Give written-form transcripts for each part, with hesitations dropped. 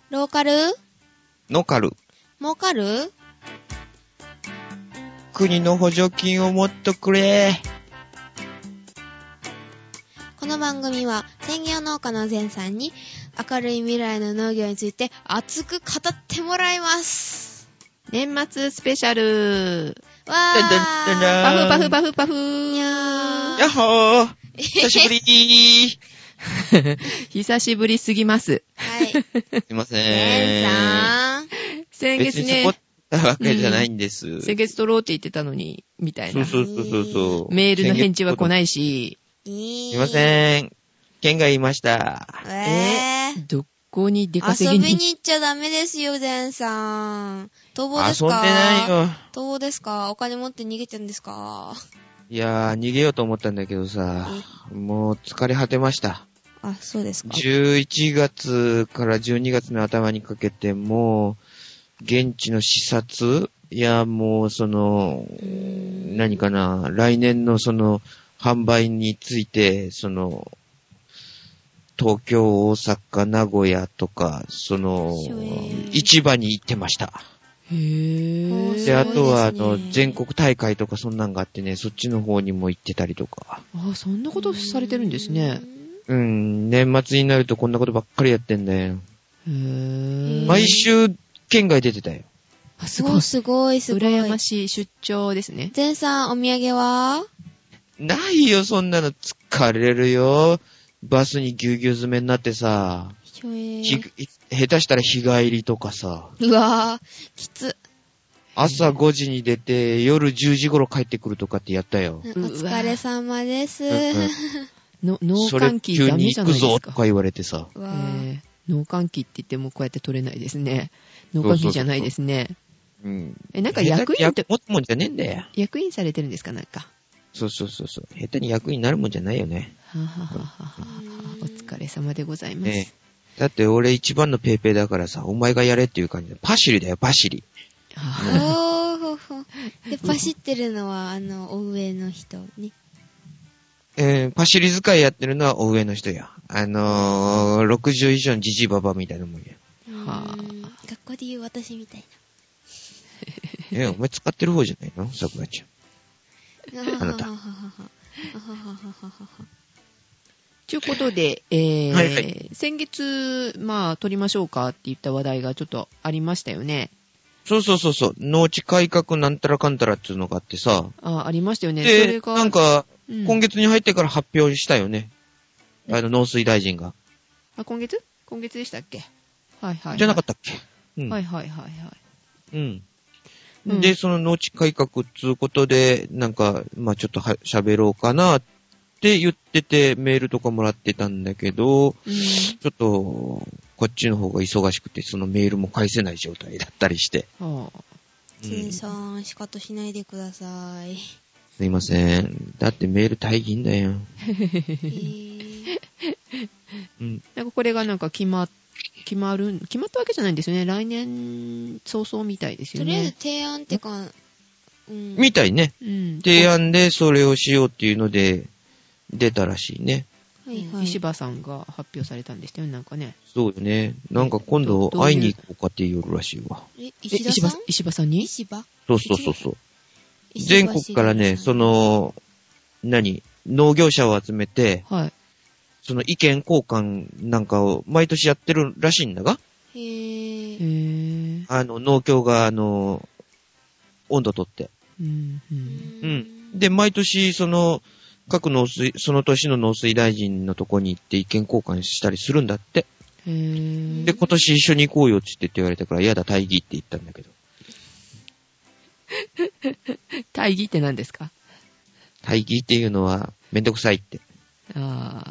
ローカル？ ノカル。 儲かる？ 国の補助金をもっとくれ。 この番組は専業農家の前さんに明るい未来の農業について熱く語ってもらいます。 年末スペシャル。 わー。 パフパフパフパフ。 にゃー。 やっほー。久しぶり久しぶりすぎます。 はい。 すいませ前ん。 さん。 先月ね、 別にそこったわけじゃないんです。 先月撮ろうって言ってたのに、みたいな。 そう。 メールの返事は来ないし。 すいません。ケンが言いました。 どこに出稼ぎ遊びに行っちゃダメですよ、前さん。逃亡ですか？ 遊んでないよ。 逃亡ですか？お金持って逃げちゃうんですか？ いやー、逃げようと思ったんだけどさ、もう疲れ果てました。 あ、そうですか。 11月から12月の頭にかけても、現地の視察や、もう何かな、来年の販売について、東京、大阪、名古屋とか、市場に行ってました。 へー。 で、あとは、全国大会とかそんなんがあってね、そっちの方にも行ってたりとか。 あ、そんなことされてるんですね。 年末になるとこんなことばっかりやってんだよ。 へー。 毎週、県外出てたよ。 あ、すごい。 すごい。 羨ましい出張ですね。 前さん、お土産は？ ないよ、そんなの。疲れるよ。バスにぎゅうぎゅう詰めになってさ。下手したら日帰りとかさ。 うわー、きつ。 朝5時に出て、夜10時頃帰ってくるとかってやったよ。 お疲れ様です。 農閑期ダメじゃないですか。 それ急に行くぞとか言われてさ。 農閑期って言ってもこうやって取れないですね。農閑期じゃないですね。なんか役員って。 持つもんじゃねえんだよ。 役員されてるんですか、なんか。 そう。下手に役員になるもんじゃないよね。 お疲れ様でございます。 だって俺一番のペーペーだからさ、お前がやれっていう感じで、パシリだよ、パシリ。 で、パシってるのは、お上の人ね。 パシリ使いやってるのはお上の人や。60以上のジジイババみたいなもんや。 学校で言う私みたいな。お前使ってる方じゃないの？さくらちゃん。あなた。 ということで、先月、取りましょうかって言った話題がちょっとありましたよね。 そう。農地改革なんたらかんたらっていうのがあってさ。 ありましたよね。 で、 それがなんか、今月に入ってから発表したよね。農水大臣が。 今月でしたっけ？はい。 じゃなかったっけ？ はい。 で、その農地改革っていうことで、なんか、ちょっと喋ろうかなって言ってて、メールとかもらってたんだけど、ちょっと、こっちの方が忙しくて、そのメールも返せない状態だったりして。 前さん、仕方しないでください。 すいません。だってメール大変だよ。 なんかこれがなんか決まったわけじゃないんですよね。来年早々みたいですよね。 とりあえず提案ってか、 みたいね。提案でそれをしようっていうので出たらしいね。 石場さんが発表されたんでしたよ、なんかね。 そうよね。なんか今度会いに行こうかって言うらしいわ。 石場さんに？ 石場？ そう。全国からね、農業者を集めて、その意見交換なんかを毎年やってるらしいんだが。農協が温度取って。で、毎年その年の農水大臣のとこに行って意見交換したりするんだって。で、今年一緒に行こうよって言われたから、やだ、大義って言ったんだけど。 大義って何ですか？ 大義っていうのは、めんどくさいって。こ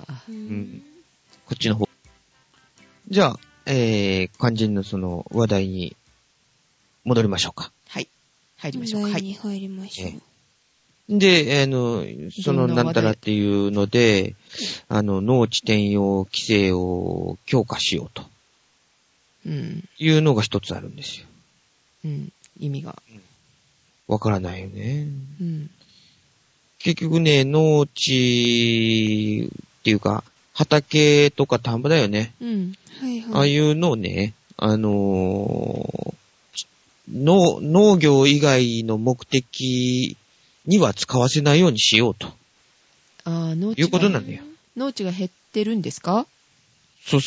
っちの方。じゃあ、肝心のその話題に戻りましょうか。 はい。入りましょうか。 話題に入りましょう。 で、そのなんたらっていうので、農地転用規制を強化しようと。いうのが一つあるんですよ。 意味が。 わからないよね。結局ね、農地っていうか、畑とか田んぼだよね。ああいうのをね、 農業以外の目的には使わせないようにしようと。いうことなんだよ。 農地が減ってるんですか？ そう。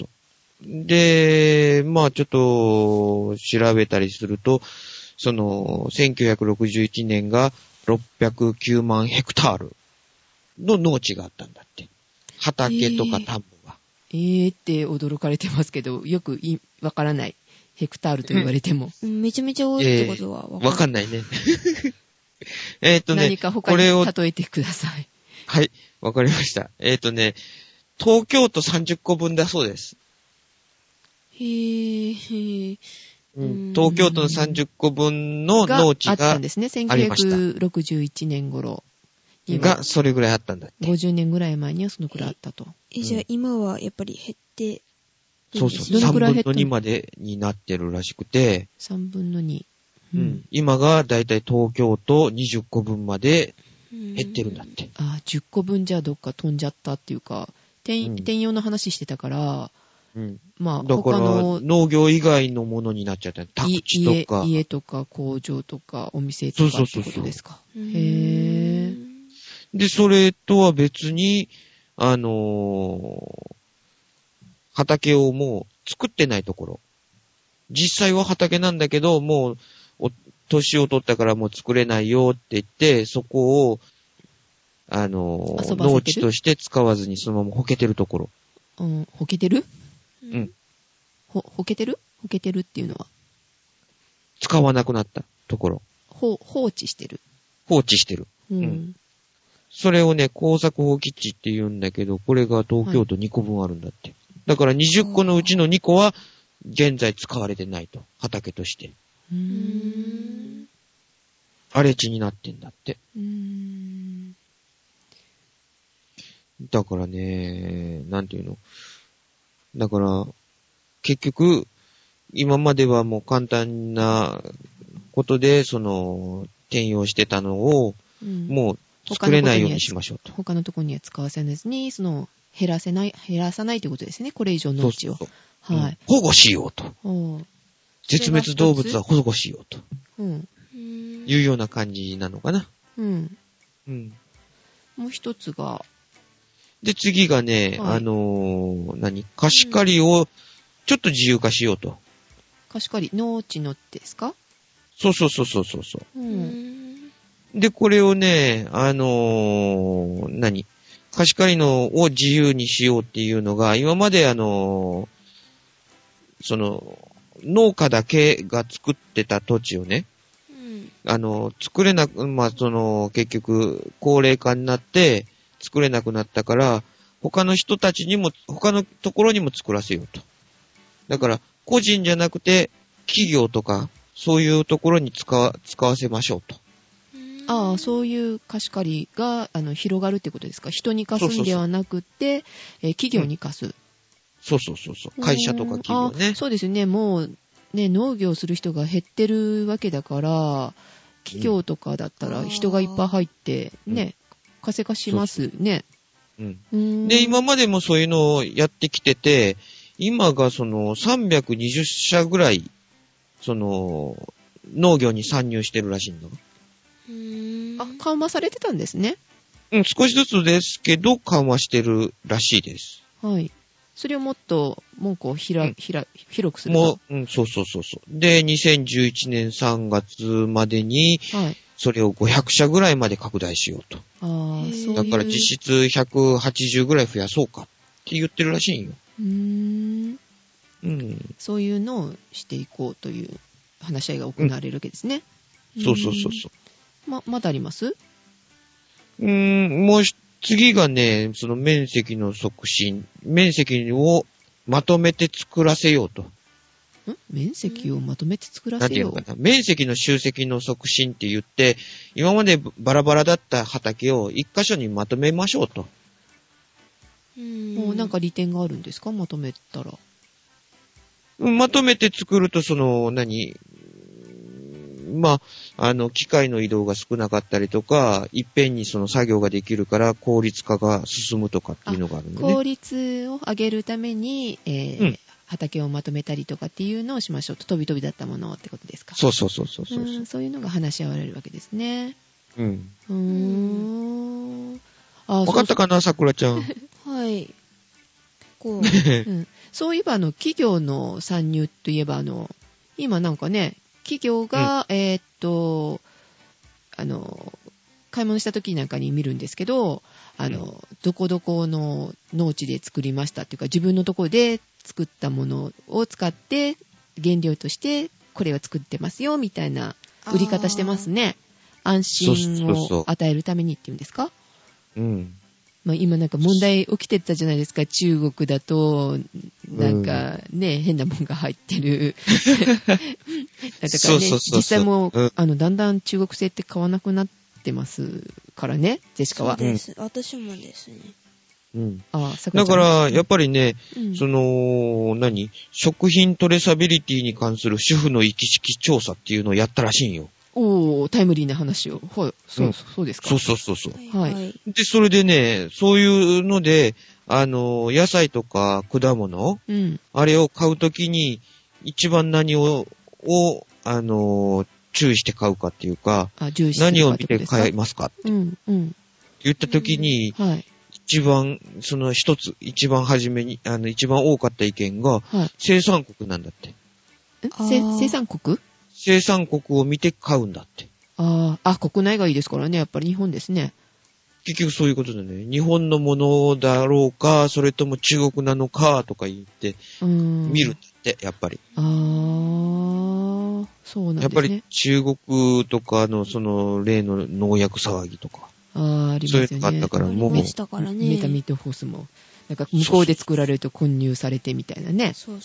で、まあちょっと調べたりすると、1961年が609万ヘクタールの農地があったんだって。畑とか田んぼが。 って驚かれてますけど、よくわからない。ヘクタールと言われても。 めちゃめちゃ多いってことはわかんないね。 何か他に例えてください。 はい、わかりました。東京都30個分だそうです。 東京都の30個分の農地があったんですね。 1961年頃。 が、それぐらいあったんだって。 50年ぐらい前にはそのくらいあったと。 じゃあ今はやっぱり減って、 そう。3分の2までになってるらしくて。 3分の2。 今がだいたい東京都20個分まで減ってるんだって。 10個分じゃどっか飛んじゃったっていうか、転用の話してたから、まあ、 だから農業以外のものになっちゃった。宅地とか。 家とか工場とかお店とかってことですか。へー。 で、それとは別に、畑をもう作ってないところ。実際は畑なんだけど、もう、年を取ったからもう作れないよって言って、そこを、農地として使わずにそのままほけてるところ。 ほけてる？ ほけてるっていうのは使わなくなったところ。 放置してる。 それをね、耕作放棄地って言うんだけど、これが東京都2個分あるんだって。だから20個のうちの2個は、現在使われてないと。畑として。荒れ地になってんだって。だからね、なんていうの。だから、結局、今まではもう簡単なことで、転用してたのを、もう作れないようにしましょうと。 他のところには使わせずに、減らさないということですね。これ以上農地を。はい。 保護しようと。絶滅動物は保護しようと。いうような感じなのかな。 もう一つが。 で、次がね、貸し借りをちょっと自由化しようと。 貸し借り、農地のですか？ そう。で、これをね、貸し借りのを自由にしようっていうのが、今まで農家だけが作ってた土地をね、作れなく、結局、高齢化になって作れなくなったから、他の人たちにも、他のところにも作らせようと。だから、個人じゃなくて、企業とか、そういうところに使わせましょうと。 そういう貸し借りが広がるってことですか？人に貸すんではなくて、企業に貸す。 そう。会社とか企業ね。 そうですね。もうね、農業する人が減ってるわけだから、企業とかだったら人がいっぱい入ってね、貸せ貸しますね。 で、今までもそういうのをやってきてて、今が320社ぐらい農業に参入してるらしいんだ。 緩和されてたんですね。 少しずつですけど緩和してるらしいです。 はい。それをもっと門戸を広くすると。そう。で、2011年3月までに、それを500社ぐらいまで拡大しようと。だから実質180ぐらい増やそうかって言ってるらしいんよ。 そういうのをしていこうという話し合いが行われるわけですね。 そう。 まだあります？ もう次がね、面積の促進、面積をまとめて作らせようと。 面積をまとめて作らせよう。 なんていうのかな。面積の集積の促進って言って、今までバラバラだった畑を一箇所にまとめましょうと。 もうなんか利点があるんですか？まとめたら。 まとめて作ると、機械の移動が少なかったりとか、いっぺんに作業ができるから効率化が進むとかっていうのがあるのね。 効率を上げるために、 畑をまとめたりとかっていうのをしましょうと。飛び飛びだったものってことですか。 そう。そういうのが話し合われるわけですね。 分あ、 かったかな、さくらちゃん。 はい。こう。 そういえば、企業の参入といえば、今なんかね、企業が、買い物した時なんかに見るんですけど、どこどこの農地で作りましたっていうか、自分のところで作ったものを使って原料としてこれを作ってますよみたいな売り方してますね。安心を与えるためにっていうんですか。今なんか問題起きてたじゃないですか。中国だとなんかね、変なもんが入ってる。だからね、実際もだんだん中国製って買わなくなってますからね、ジェシカは。 そうです。私もですね。 だから、やっぱりね、食品トレーサビリティに関する主婦の行き来調査っていうのをやったらしいんよ。 タイムリーな話を。はい。そうですか。 そう。 はい。で、 それでね、そういうので、野菜とか果物、あれを買うときに、一番何を、注意して買うかっていうか、何を見て買いますかって言ったときに、一番初めに、一番多かった意見が、生産国なんだって。 生産国？ 生産国を見て買うんだって。 国内がいいですからね。やっぱり日本ですね。 結局そういうことだね。日本のものだろうか、それとも中国なのか、とか言って、見るって、やっぱり。 そうなんですね。 やっぱり中国とかの、例の農薬騒ぎとか。 ありますよね。 そういうのがあったから、もう。 メタミートフォースも。なんか向こうで作られると混入されてみたいなね。 そう。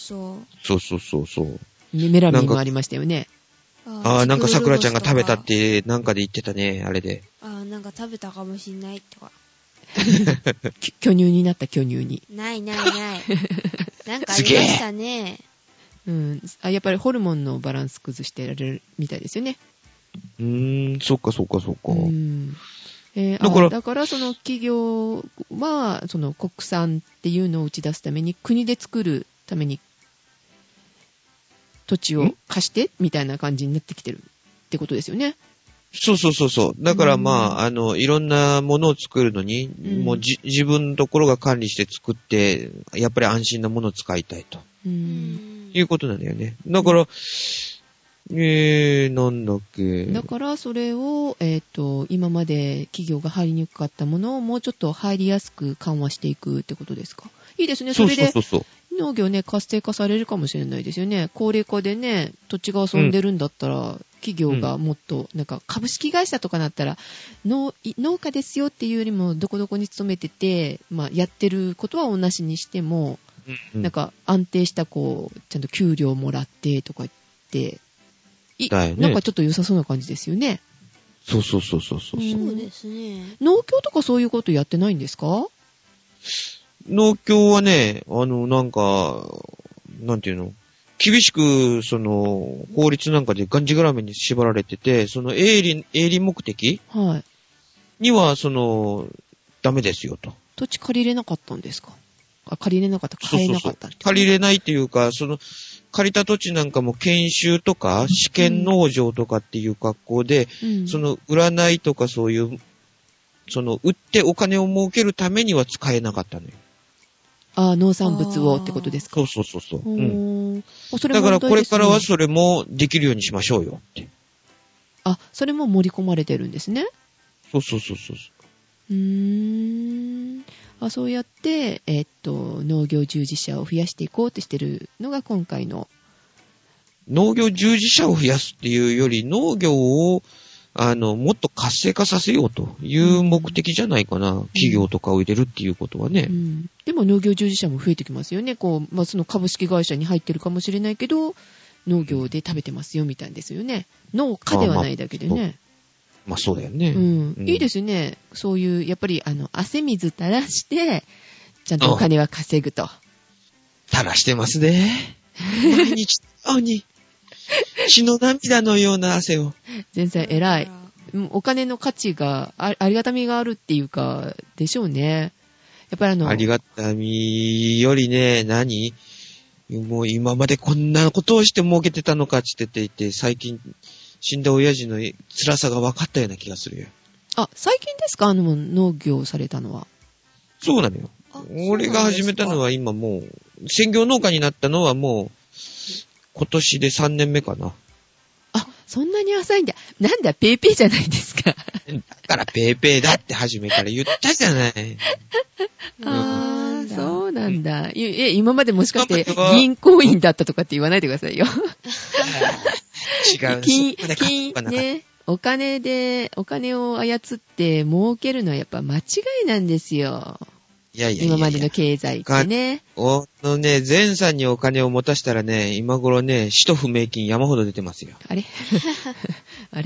メラミンもありましたよね。 なんか桜ちゃんが食べたって、なんかで言ってたね、あれで。 なんか食べたかもしんないとか。 巨乳になった巨乳に。 ない。なんかありましたね。 やっぱりホルモンのバランス崩してられるみたいですよね。 そっか。 だからその企業は、その国産っていうのを打ち出すために、国で作るために、土地を貸してみたいな感じになってきてるってことですよね。 そう。だからいろんなものを作るのに、もう自分のところが管理して作って、やっぱり安心なものを使いたいと。いうことなんだよね。だから、なんだっけ。 だからそれを、今まで企業が入りにくかったものをもうちょっと入りやすく緩和していくってことですか。いいですね。それで農業ね、活性化されるかもしれないですよね。高齢化でね、土地が遊んでるんだったら、企業がもっと、なんか株式会社とかだったら、農家ですよっていうよりも、どこどこに勤めてて、やってることは同じにしても、なんか安定したちゃんと給料もらってとか言って、なんかちょっと良さそうな感じですよね。 そう。そうですね。 農協とかそういうことやってないんですか？ 農協はね、なんか、なんていうの、厳しく、法律なんかでがんじがらめに縛られてて、営利目的には、ダメですよと。 土地借りれなかったんですか？借りれなかった、買えなかったって。 借りれないっていうか、借りた土地なんかも研修とか、試験農場とかっていう格好で、占いとかそういう、売ってお金を儲けるためには使えなかったのよ。 農産物をってことですか？ そう。だからこれからはそれもできるようにしましょうよって。 それも盛り込まれてるんですね。 そう。 そうやって、農業従事者を増やしていこうとしてるのが今回の。 農業従事者を増やすっていうより、農業を、もっと活性化させようという目的じゃないかな。企業とかを入れるっていうことはね。 でも農業従事者も増えてきますよね。その株式会社に入ってるかもしれないけど、農業で食べてますよみたいですよね。農家ではないだけでね。 そうだよね。 いいですね。そういう、やっぱり、汗水垂らして、ちゃんとお金は稼ぐと。 垂らしてますね。毎日に血の涙のような汗を。 全然偉い。お金の価値がありがたみがあるっていうか、でしょうね。やっぱりありがたみよりね、 もう今までこんなことをして儲けてたのかって言っていて、最近死んだ親父の辛さが分かったような気がするよ。 あ、最近ですか？農業されたのは。 そうなのよ。俺が始めたのは今もう、専業農家になったのはもう、今年で3年目かな。 あ、そんなに浅いんだ。なんだ、ペーペーじゃないですか。 だからペーペーだって初めから言ったじゃない。 ああ、そうなんだ。今までもしかして銀行員だったとかって言わないでくださいよ。 違う。 ね。お金を操って儲けるのはやっぱ間違いなんですよ。 いや。 今までの経済ってね。 前さんにお金を持たしたらね、今頃ね、使途不明金山ほど出てますよ。 あれあ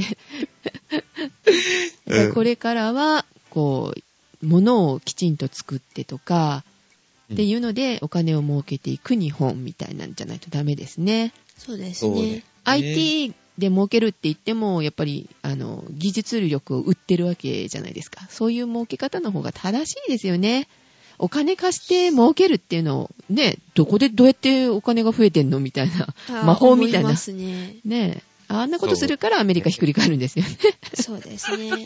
れ、これからは、こう、物をきちんと作ってとか、っていうので、お金を儲けていく日本みたいなんじゃないとダメですね。 そうですね。 IT で儲けるって言っても、やっぱり、技術力を売ってるわけじゃないですか。そういう儲け方の方が正しいですよね。お金貸して儲けるっていうのを、ね、どこでどうやってお金が増えてんのみたいな、魔法みたいな。 ますね。 ね、あんなことするからアメリカひっくり返るんですよね。 そうですね。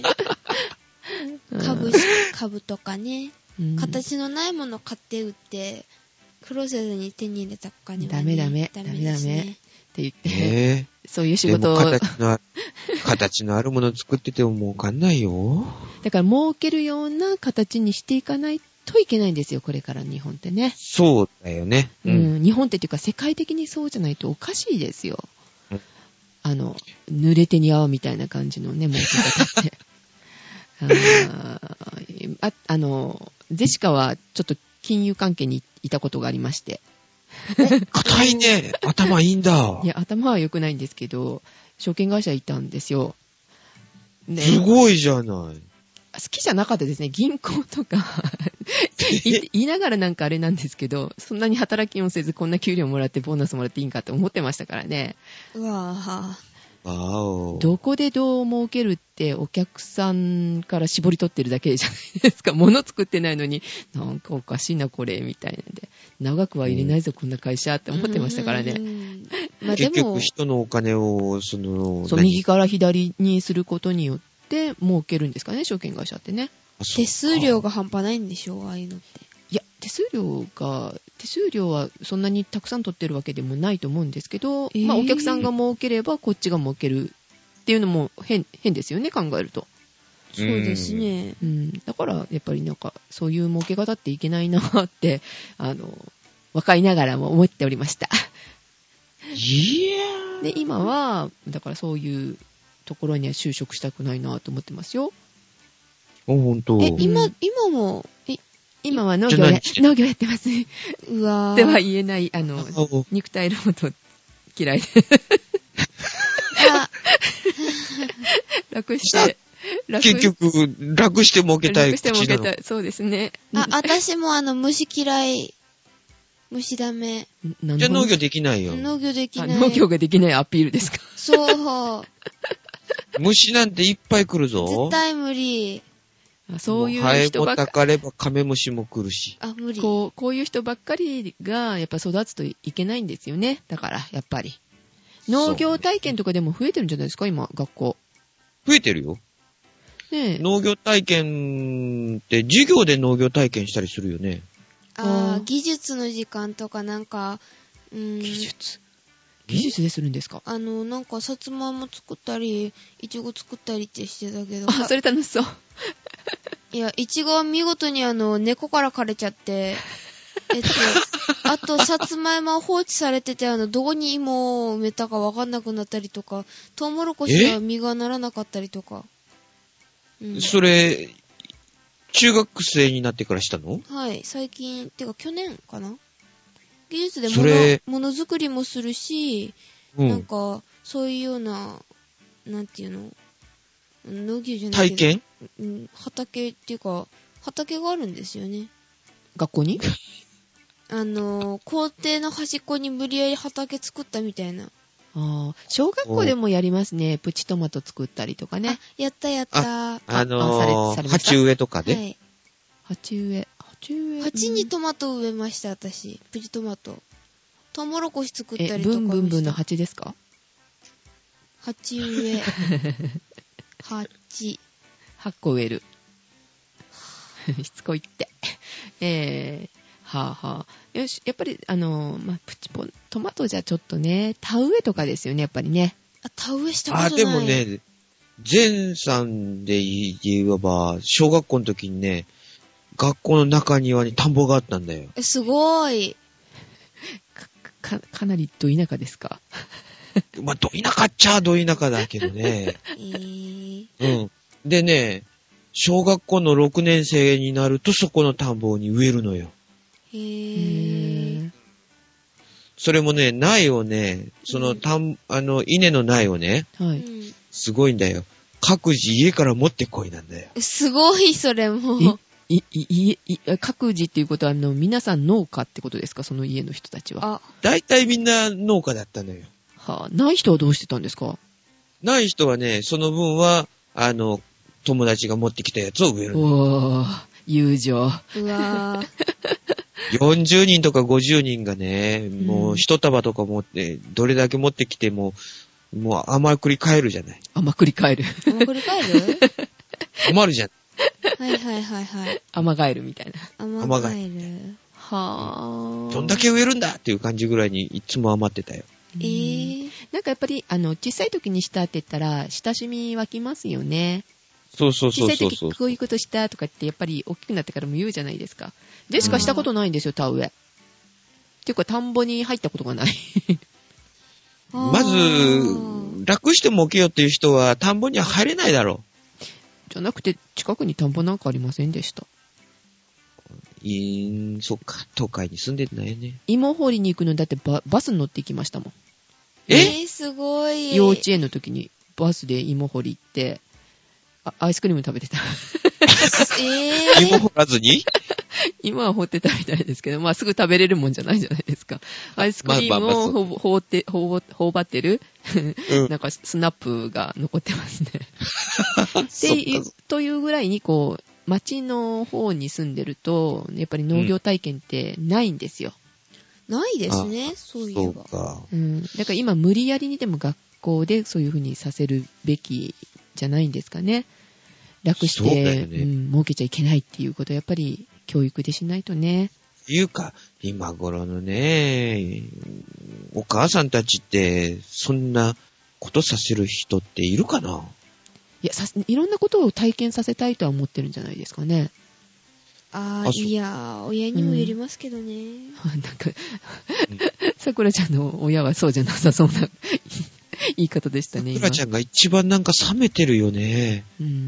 株とかね、形のないものを買って売って、苦労せずに手に入れたお金はね、ダメですね。 って言って、そういう仕事を。 形のあるものを作ってても儲かんないよ。 だから儲けるような形にしていかないといけないんですよ、これから日本ってね。 そうだよね。 日本っていうか世界的にそうじゃないとおかしいですよ。濡れ手に合うみたいな感じのね、儲け方って。ジェシカはちょっと金融関係にいたことがありまして。 硬いね。頭いいんだ。 いや、頭は良くないんですけど、証券会社いたんですよ。 ね、すごいじゃない。 好きじゃなかったですね。銀行とか言いながらなんかあれなんですけど、そんなに働きもせずこんな給料もらってボーナスもらっていいんかって思ってましたからね。 うわぁ。 どこでどう儲けるってお客さんから絞り取ってるだけじゃないですか。物作ってないのになんかおかしいなこれみたいなんで、長くは入れないぞ、こんな会社って思ってましたからね。 まあ、結局人のお金を右から左にすることによって儲けるんですかね、証券会社ってね。 手数料が半端ないんでしょう、ああいうのって。 いや、手数料はそんなにたくさん取ってるわけでもないと思うんですけど、まあお客さんが儲ければこっちが儲けるっていうのも変ですよね、考えると。 そうですね。 だからやっぱりなんかそういう儲け方っていけないなって若いながらも思っておりました。で今はだからそういうところには就職したくないなと思ってますよ。 本当。 今は農業やってます。 うわー。 では言えない、肉体労働嫌いで。楽して。 結局、楽して儲けたい。 楽して儲けたい。そうですね。 私も虫嫌い。虫ダメ。 じゃあ農業できないよ。 農業できない。 農業ができないアピールですか。 そう。 虫なんていっぱい来るぞ。 絶対無理。 そういう人ばっかり。ハエもたかればカメムシも来るし。 無理。 こういう人ばっかりがやっぱ育つといけないんですよね。だからやっぱり農業体験とかでも増えてるんじゃないですか、今学校。 増えてるよ。ねえ。農業体験って授業で農業体験したりするよね。 技術の時間とかなんか、 技術でするんですか？ なんかさつまいも作ったりいちご作ったりってしてたけど。 それ楽しそう。 いや、いちごは見事に猫から枯れちゃって、あと、さつまいもは放置されてて、どこに芋を埋めたかわかんなくなったりとか、トウモロコシは実がならなかったりとか。 それ、中学生になってからしたの？ はい、最近、てか去年かな？技術でものづくりもするし、なんか、そういうような、なんていうの？農業じゃないけど。 体験？畑っていうか、畑があるんですよね。 学校に？ 校庭の端っこに無理やり畑作ったみたいな。 小学校でもやりますね。プチトマト作ったりとかね。 やった。 鉢植えとかで。はい。 鉢植え。 鉢にトマト植えました、私。プチトマト。 トウモロコシ作ったりとかもした。 ブンブンブンの鉢ですか？ 鉢植え。8 個植える。しつこいって。はぁはぁ。よし、やっぱり、プチポン、トマトじゃちょっとね、田植えとかですよね、やっぱりね。 あ、田植えしたことない。 でもね、前さんで言えば、小学校の時にね、学校の中庭に田んぼがあったんだよ。 すごい。 かなりど田舎ですか？ まあ、ど田舎っちゃど田舎だけどね。うん。でね、小学校の6年生になるとそこの田んぼに植えるのよ。 へぇ。 それもね、苗をね、その稲の苗をね、 はい。 すごいんだよ。各自家から持ってこいなんだよ。 すごい、それも。 各自っていうことは、皆さん農家ってことですか？その家の人たちは。 大体みんな農家だったのよ。 はぁ、ない人はどうしてたんですか？ ない人はね、その分は、友達が持ってきたやつを植える。 おー、友情。 うわー。40人とか50人がね、もう一束とか持って、どれだけ持ってきてもう甘くり返るじゃない。 甘くり返る。 甘くり返る？ 余るじゃん。 はいはいはいはい。 甘返るみたいな。 甘返る。 はぁ。 どんだけ植えるんだっていう感じぐらいにいつも余ってたよ。 なんかやっぱり、小さい時にしたって言ったら、親しみ湧きますよね。 そうそうそうそう。 小さい時こういうことしたとかってやっぱり大きくなってからも言うじゃないですか。でしかしたことないんですよ、田植え。っていうか田んぼに入ったことがない。 まず、楽して儲けようっていう人は田んぼには入れないだろう。 じゃなくて近くに田んぼなんかありませんでした。 そっか、東海に住んでないよね。 芋掘りに行くのだってバスに乗って行きましたもん。 すごい。 幼稚園の時にバスで芋掘り行って、アイスクリーム食べてた。 芋掘らずに今は掘ってたみたいですけど、まあすぐ食べれるもんじゃないじゃないですか。アイスクリームを頬張ってる、なんかスナップが残ってますね。というぐらいにこう、町の方に住んでると、やっぱり農業体験ってないんですよ。 ないですね、そういえば。 そうか。 だから今無理やりにでも学校でそういう風にさせるべきじゃないんですかね。楽して、儲けちゃいけないっていうことはやっぱり教育でしないとね。 いうか、今頃のね、お母さんたちって、そんなことさせる人っているかな？ いろんなことを体験させたいとは思ってるんじゃないですかね。 いや、親にもよりますけどね。 なんか、さくらちゃんの親はそうじゃなさそうな言い方でしたね。 さくらちゃんが一番なんか冷めてるよね。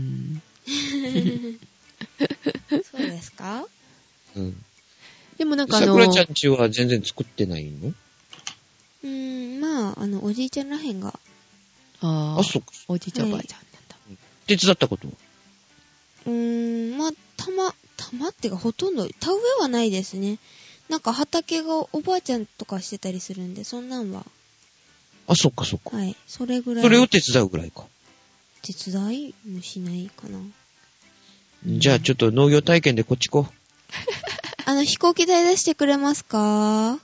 そうですか？ でもなんかさくらちゃんちは全然作ってないの？ まあ、おじいちゃんらへんが。 そうか。 おじいちゃんおばあちゃんなんだ。 手伝ったことは？ まあ、たまってかほとんど、田植えはないですね。なんか畑がおばあちゃんとかしてたりするんで、そんなんは。 そっかそっか。 はい、それぐらい。 それを手伝うぐらいか。 手伝いもしないかな。 じゃあちょっと農業体験でこっち来。 飛行機代出してくれますか？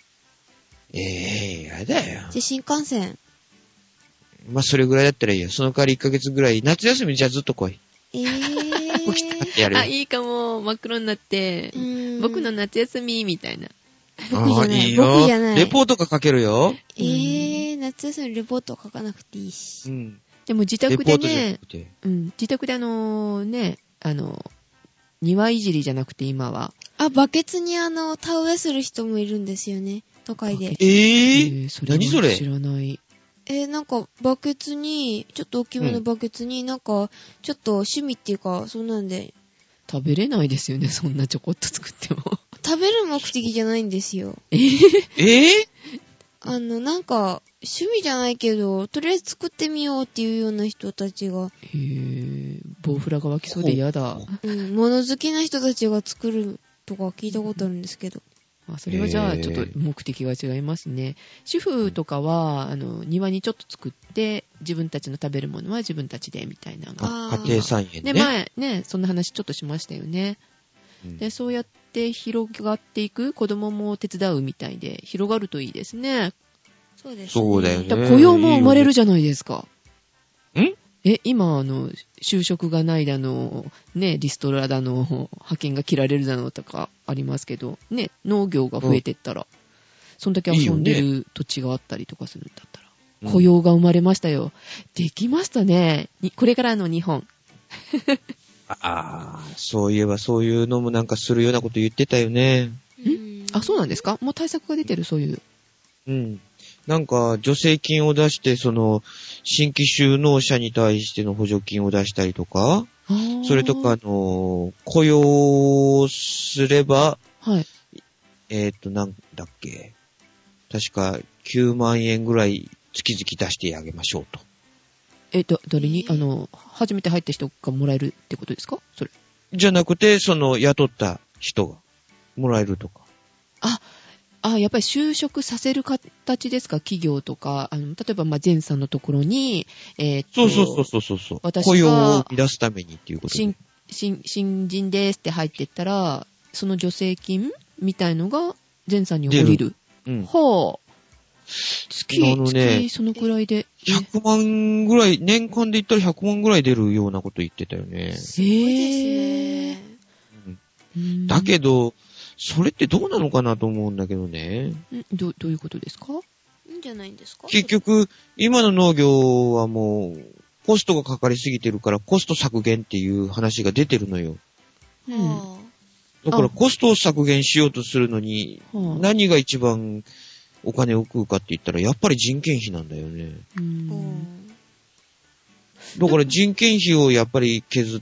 やだよ。 じゃ、新幹線。 まあ、それぐらいだったらいいよ。その代わり1ヶ月ぐらい、夏休みじゃあずっと来い。やるよ。 いいかも。真っ黒になって、僕の夏休み、みたいな。 僕じゃない。 いいよ。 僕じゃない。 レポート書けるよ。 夏休みレポート書かなくていいし。 でも自宅でね、自宅で庭いじりじゃなくて今は。 バケツに田植えする人もいるんですよね。都会で。 何それ？ 知らない。 なんか、バケツに、ちょっと大きめのバケツに、なんか、ちょっと趣味っていうか、そんなんで。 食べれないですよね、そんなちょこっと作っても。 食べる目的じゃないんですよ。なんか、趣味じゃないけど、とりあえず作ってみようっていうような人たちが。 ボウフラが湧きそうで嫌だ。 物好きな人たちが作るとか聞いたことあるんですけど。 それはじゃあちょっと目的が違いますね。主婦とかは庭にちょっと作って自分たちの食べるものは自分たちでみたいなのが家庭菜園ね。 で前ねそんな話ちょっとしましたよね。でそうやっって広がっていく、子供も手伝うみたいで広がるといいですね。 そうですね。 そうだよね。 だから雇用も生まれるじゃないですか。 ん？ 今就職がないだの、ね、リストラだの、派遣が切られるだのとかありますけど、ね、農業が増えてったら、そんだけ遊んでる土地があったりとかするんだったら、雇用が生まれましたよ。できましたね。これからの日本。 そういえばそういうのもなんかするようなこと言ってたよね。 そうなんですか？もう対策が出てる、そういう。 なんか助成金を出して、その新規就農者に対しての補助金を出したりとか、それとか雇用すれば、 はい。 なんだっけ、確か9万円ぐらい月々出してあげましょうと。 誰に初めて入った人がもらえるってことですか？それ。 じゃなくて、その雇った人がもらえるとか。 やっぱり就職させる形ですか？企業とか、例えば、前さんのところに、 そう。雇用を生み出すためにっていうことで。 新人ですって入ってったら、その助成金みたいのが前さんに降りる。はぁ。月そのくらいで。 100万ぐらい、年間で言ったら100万ぐらい出るようなこと言ってたよね。 すごいですね。 だけど、それってどうなのかなと思うんだけどね。 どういうことですか？ いいんじゃないんですか？ 結局、今の農業はもう、コストがかかりすぎてるから、コスト削減っていう話が出てるのよ。だからコストを削減しようとするのに、何が一番お金を食うかって言ったら、やっぱり人件費なんだよね。だから人件費をやっぱり削って、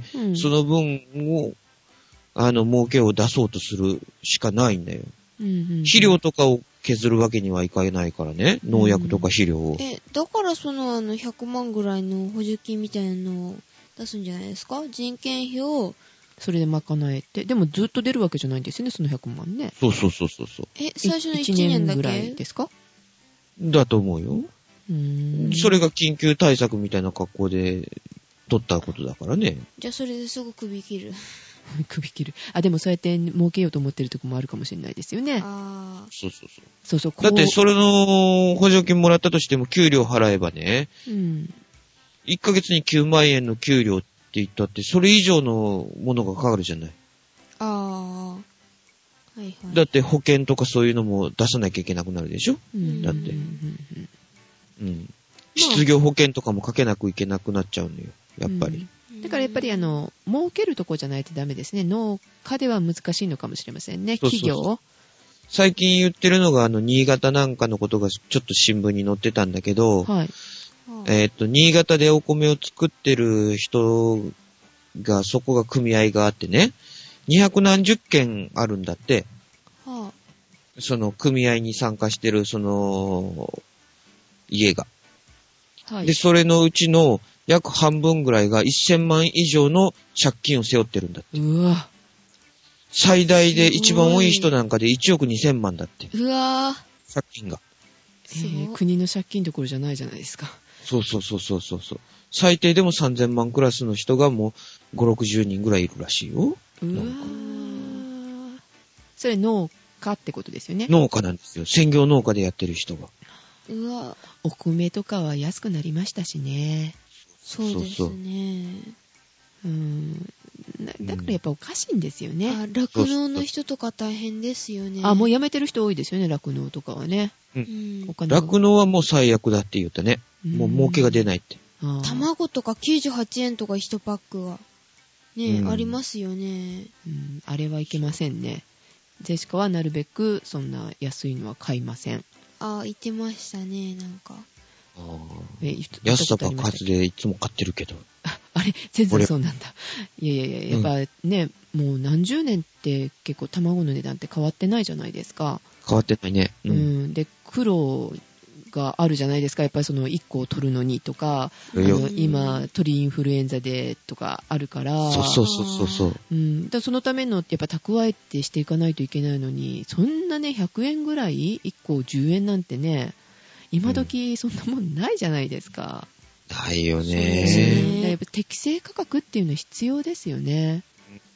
その分を、儲けを出そうとするしかないんだよ。肥料とかを削るわけにはいかないからね。農薬とか肥料を。 だからその100万ぐらいの補助金みたいなのを出すんじゃないですか？人件費を。 それで賄えて。でもずっと出るわけじゃないんですよね、その100万ね。 そう。 最初の1年だけぐらいですか？ だと思うよ。それが緊急対策みたいな格好で取ったことだからね。 じゃあそれですぐ首切る。 首切る。でもそうやって儲けようと思ってるとこもあるかもしれないですよね。 そう。だってそれの補助金もらったとしても給料払えばね、1ヶ月に9万円の給料って言ったって、それ以上のものがかかるじゃない。だって保険とかそういうのも出さなきゃいけなくなるでしょ？だって。失業保険とかもかけなくいけなくなっちゃうのよ。やっぱり。 だからやっぱり儲けるとこじゃないとダメですね。農家では難しいのかもしれませんね。企業。 最近言ってるのが新潟なんかのことがちょっと新聞に載ってたんだけど、新潟でお米を作ってる人が、そこが組合があってね、200何十件あるんだって、その組合に参加してるその家が。で、それのうちの約半分ぐらいが1000万以上の借金を背負ってるんだって。 うわ。 最大で一番多い人なんかで1億2000万だって。 うわー。借金が。 国の借金どころじゃないじゃないですか。 そう。最低でも3000万クラスの人がもう5、60人ぐらいいるらしいよ。 うわ。それ農家ってことですよね。 農家なんですよ。専業農家でやってる人が。 うわ。 お米とかは安くなりましたしね。 そうですね。 だからやっぱおかしいんですよね。 酪農の人とか大変ですよね。 もう辞めてる人多いですよね、酪農とかはね。 酪農はもう最悪だって言ったね。もう儲けが出ないって。 卵とか98円とか1パックは。ね、ありますよね。 あれはいけませんね。ジェシカはなるべくそんな安いのは買いません。 言ってましたね、なんか。 安さ爆発でいつも買ってるけど。 あれ全然そうなんだ。いや、やっぱね、もう何十年って結構卵の値段って変わってないじゃないですか。 変わってないね。 で、苦労があるじゃないですか。やっぱりその1個を取るのにとか、今鳥インフルエンザでとかあるから。 そう。 だそのためのやっぱ蓄えってしていかないといけないのに、そんなね100円ぐらい1個10円なんてね、今時そんなもんないじゃないですか。 ないよね。 やっぱ適正価格っていうのは必要ですよね。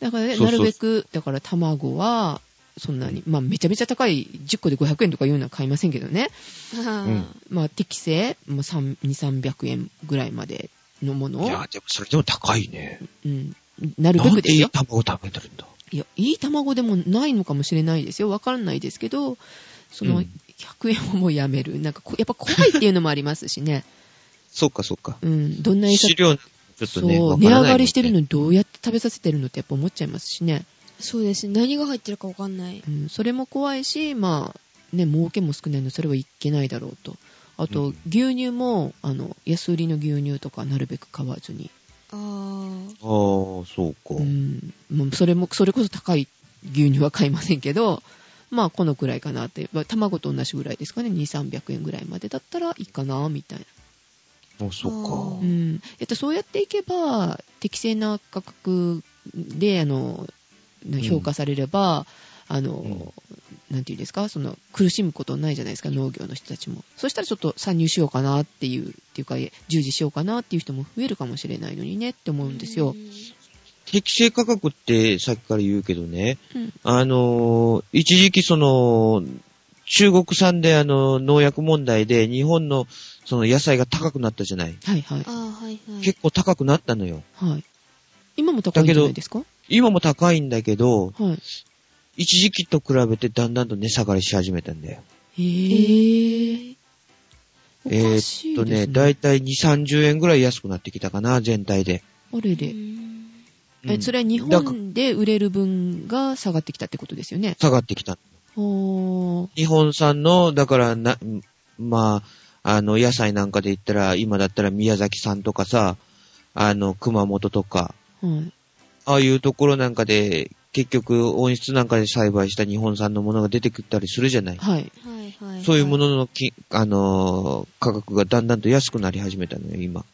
だからね、 そうそうなるべく、だから卵は、そんなに、まあめちゃめちゃ高い、10個で500円とかいうのは買いませんけどね。まあ適正、まあ2、300円ぐらいまでのものを。 いや、でもそれでも高いね。 うん。なるべくですよ。 なんでいい卵食べてるんだ。 いや、いい卵でもないのかもしれないですよ。わからないですけど、その、100円をもうやめる。なんか、やっぱ怖いっていうのもありますしね。 そうか、そうか。 うん。どんな餌飼料、ちょっとね、 そう、値上がりしてるのにどうやって食べさせてるのってやっぱ思っちゃいますしね。 そうですね。何が入ってるかわかんない。 うん。それも怖いし、まあ、ね、儲けも少ないのでそれはいけないだろうと。あと、牛乳も、安売りの牛乳とかなるべく買わずに。 ああ、 そうか。 うん。もうそれこそ高い牛乳は買いませんけど、まあ、このくらいかなって。卵と同じぐらいですかね。2、300円ぐらいまでだったらいいかな、みたいな。 そうか。 うん。そうやっていけば、適正な価格で、評価されれば、なんていうんですか、苦しむことないじゃないですか、農業の人たちも。そしたらちょっと参入しようかなっていうか、従事しようかなっていう人も増えるかもしれないのにねって思うんですよ。 適正価格ってさっきから言うけどね、 うん、 一時期中国産で農薬問題で日本の野菜が高くなったじゃない。 はいはい。 はいはい。 結構高くなったのよ。 はい。今も高いんじゃないですか？ 今も高いんだけど、 はい。 一時期と比べてだんだんと値下がりし始めたんだよ。 おかしいですね。 だいたい2、30円ぐらい安くなってきたかな、全体で。 あれで。それは日本で売れる分が下がってきたってことですよね。 下がってきた。日本産の、だからまあ、野菜なんかで言ったら、今だったら宮崎産とかさ、熊本とか、 はい、 ああいうところなんかで、結局温室なんかで栽培した日本産のものが出てくったりするじゃない。 はい。 そういうものの価格がだんだんと安くなり始めたのよ、今。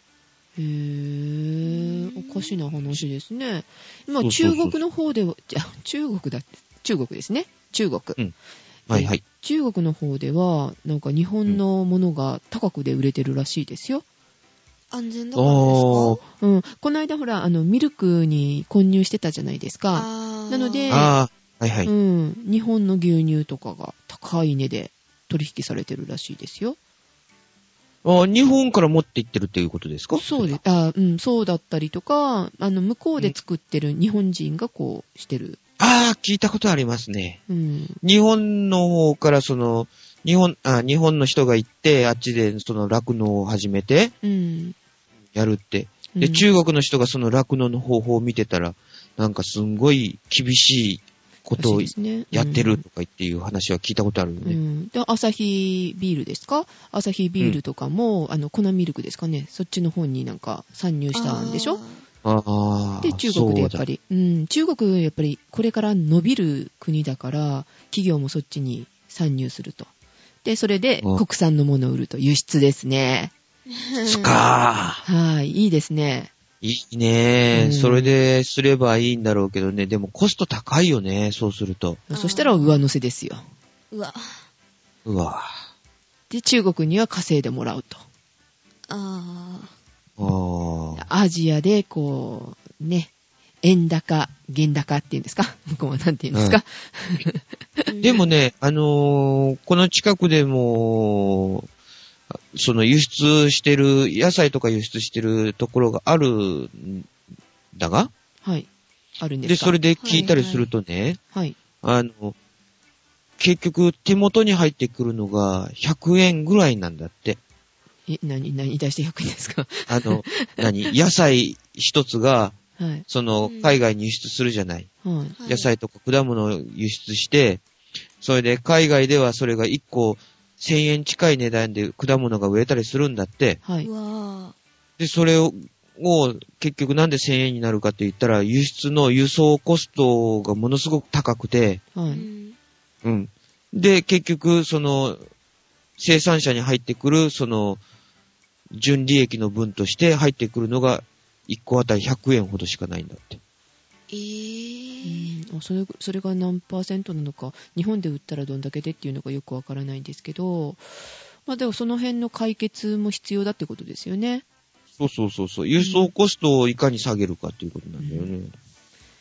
おかしな話ですね。今、中国の方では、中国ですね。中国。 うん。はいはい。 中国の方では、なんか日本のものが高くで売れてるらしいですよ。 安全だからですか？ うん。この間ほら、ミルクに混入してたじゃないですか。なので、 はいはい。 うん。日本の牛乳とかが高い値で取引されてるらしいですよ。 日本から持って行ってるっていうことですか？ そうです。そうだったりとか、向こうで作ってる日本人がこうしてる。 聞いたことありますね。 うん。 日本の方から日本の人が行って、あっちで酪農を始めて、やるって。で、中国の人が酪農の方法を見てたら、なんかすんごい厳しいことをやってるとかっていう話は聞いたことあるよね。 で、アサヒビールですか？アサヒビールとかも、粉ミルクですかね。そっちの方になんか参入したんでしょ？で、中国でやっぱり、中国やっぱりこれから伸びる国だから、企業もそっちに参入すると。で、それで国産のものを売ると輸出ですね。 そっかー。はい、いいですね。 いいね。それですればいいんだろうけどね。でもコスト高いよね、そうすると。 そしたら上乗せですよ。 うわ。 で、中国には稼いでもらうと。アジアで、こう、ね、円高、元高っていうんですか？向こうはなんていうんですか？ でもね、この近くでも、輸出してる、野菜とか輸出してるところがあるんだが、 はい。あるんですか？ で、それで聞いたりするとね、 はい。 結局手元に入ってくるのが100円ぐらいなんだって。 何出して100円ですか？ 野菜一つが、 はい、 海外に輸出するじゃない。 はい、 野菜とか果物を輸出して、それで海外ではそれが1個1000円近い値段で果物が売れたりするんだって。 はい。 で、それを結局なんで1000円になるかって言ったら、輸出の輸送コストがものすごく高くて、 はい。 うん。で、結局、生産者に入ってくる、純利益の分として入ってくるのが、1個あたり100円ほどしかないんだって。 それが何%なのか、日本で売ったらどんだけでっていうのがよくわからないんですけど、まあでもその辺の解決も必要だってことですよね。 そう。輸送コストをいかに下げるかっていうことなんだよね。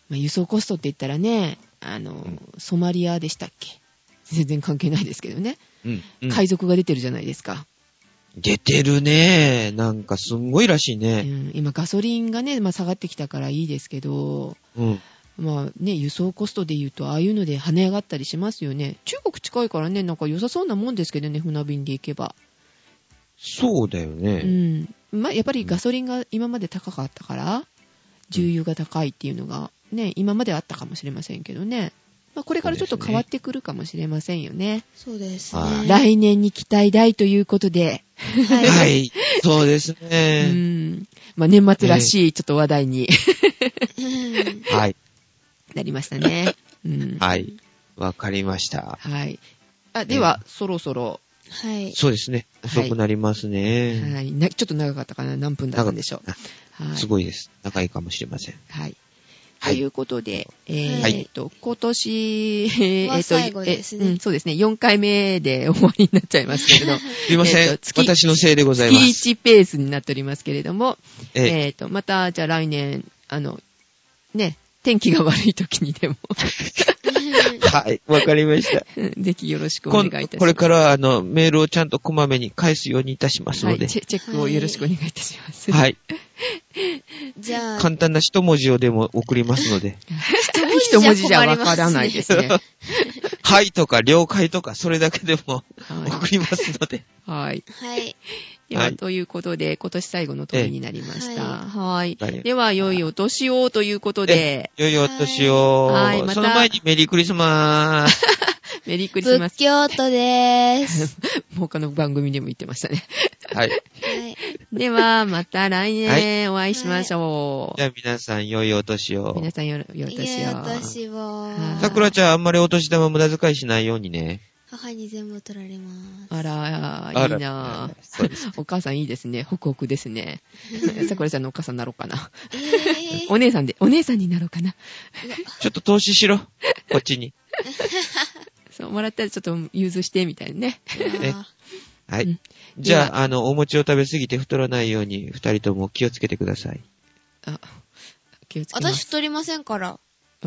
まあ、輸送コストって言ったらね、ソマリアでしたっけ？全然関係ないですけどね。海賊が出てるじゃないですか。 出てるね。なんかすんごいらしいね。 今ガソリンがね、まあ、下がってきたからいいですけど、まあね、輸送コストで言うと、ああいうので跳ね上がったりしますよね。中国近いからね、なんか良さそうなもんですけどね、船便で行けば。 そうだよね。 まあ、やっぱりガソリンが今まで高かったから、重油が高いっていうのがね、今まであったかもしれませんけどね。まあ、これからちょっと変わってくるかもしれませんよね。 そうですね。 来年に期待大ということで。 はい。そうですね。 まあ、年末らしいちょっと話題にはい。 なりましたね。 はい。わかりました。 はい。では、そろそろ。 はい。 そうですね。遅くなりますね。 はい。ちょっと長かったかな。何分だったんでしょう。 はい。すごいです。長いかもしれません。 はい。ということで、今年、 最後ですね。 そうですね。4回目で終わりになっちゃいますけれど。 すいません。私のせいでございます。 月1ペースになっておりますけれども、また、じゃあ来年、ね、天気が悪い時にでも。 はい、わかりました。 ぜひよろしくお願いいたします。 これからメールをちゃんとこまめに返すようにいたしますので。 はい、チェックをよろしくお願いいたします。 はい。 じゃあ。 簡単な一文字をでも送りますので。 一文字じゃわからないですね。 はいとか了解とかそれだけでも送りますので。 はい。 はい。 では、ということで、今年最後の時になりました。はい。では、良いお年をということで。 良いお年を。はい。その前にメリークリスマス。 メリークリスマス。 仏教徒でーす。 他の番組でも言ってましたね。 はい。 では、また来年お会いしましょう。 じゃあ皆さん、良いお年を。 皆さん、良いお年を。良いお年を。 さくらちゃん、あんまりお年玉無駄遣いしないようにね。 母に全部取られます。 あら、いいなぁ。お母さんいいですね。ホクホクですね。さくらちゃんのお母さんになろうかな。お姉さんになろうかな。 ちょっと投資しろ。こっちに。 そう、もらったらちょっと融通して、みたいなね。 はい。じゃあ、お餅を食べ過ぎて太らないように、二人とも気をつけてください。 気をつけます。 私太りませんから。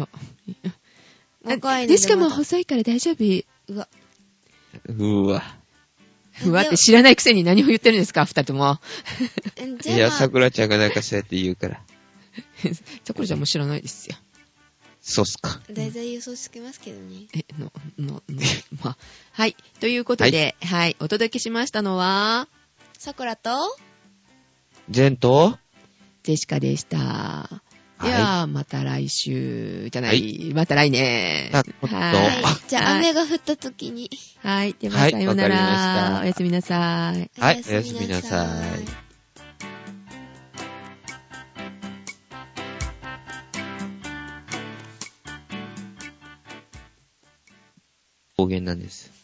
若いので。しかも細いから大丈夫。 うわって知らないくせに何を言ってるんですか、二人とも。 いや、さくらちゃんがなんかそうやって言うから。 さくらちゃんも知らないですよ。 そうっすか。 だいたい予想つけますけどね。 まあ。はい。ということで、はい。お届けしましたのは、 さくらと、 ジェンと、 ジェシカでした。では、また来週、じゃない、また来年。 はい。じゃあ、雨が降った時に。 はい。では、さようなら。おやすみなさい。 はい。おやすみなさい。方言なんです。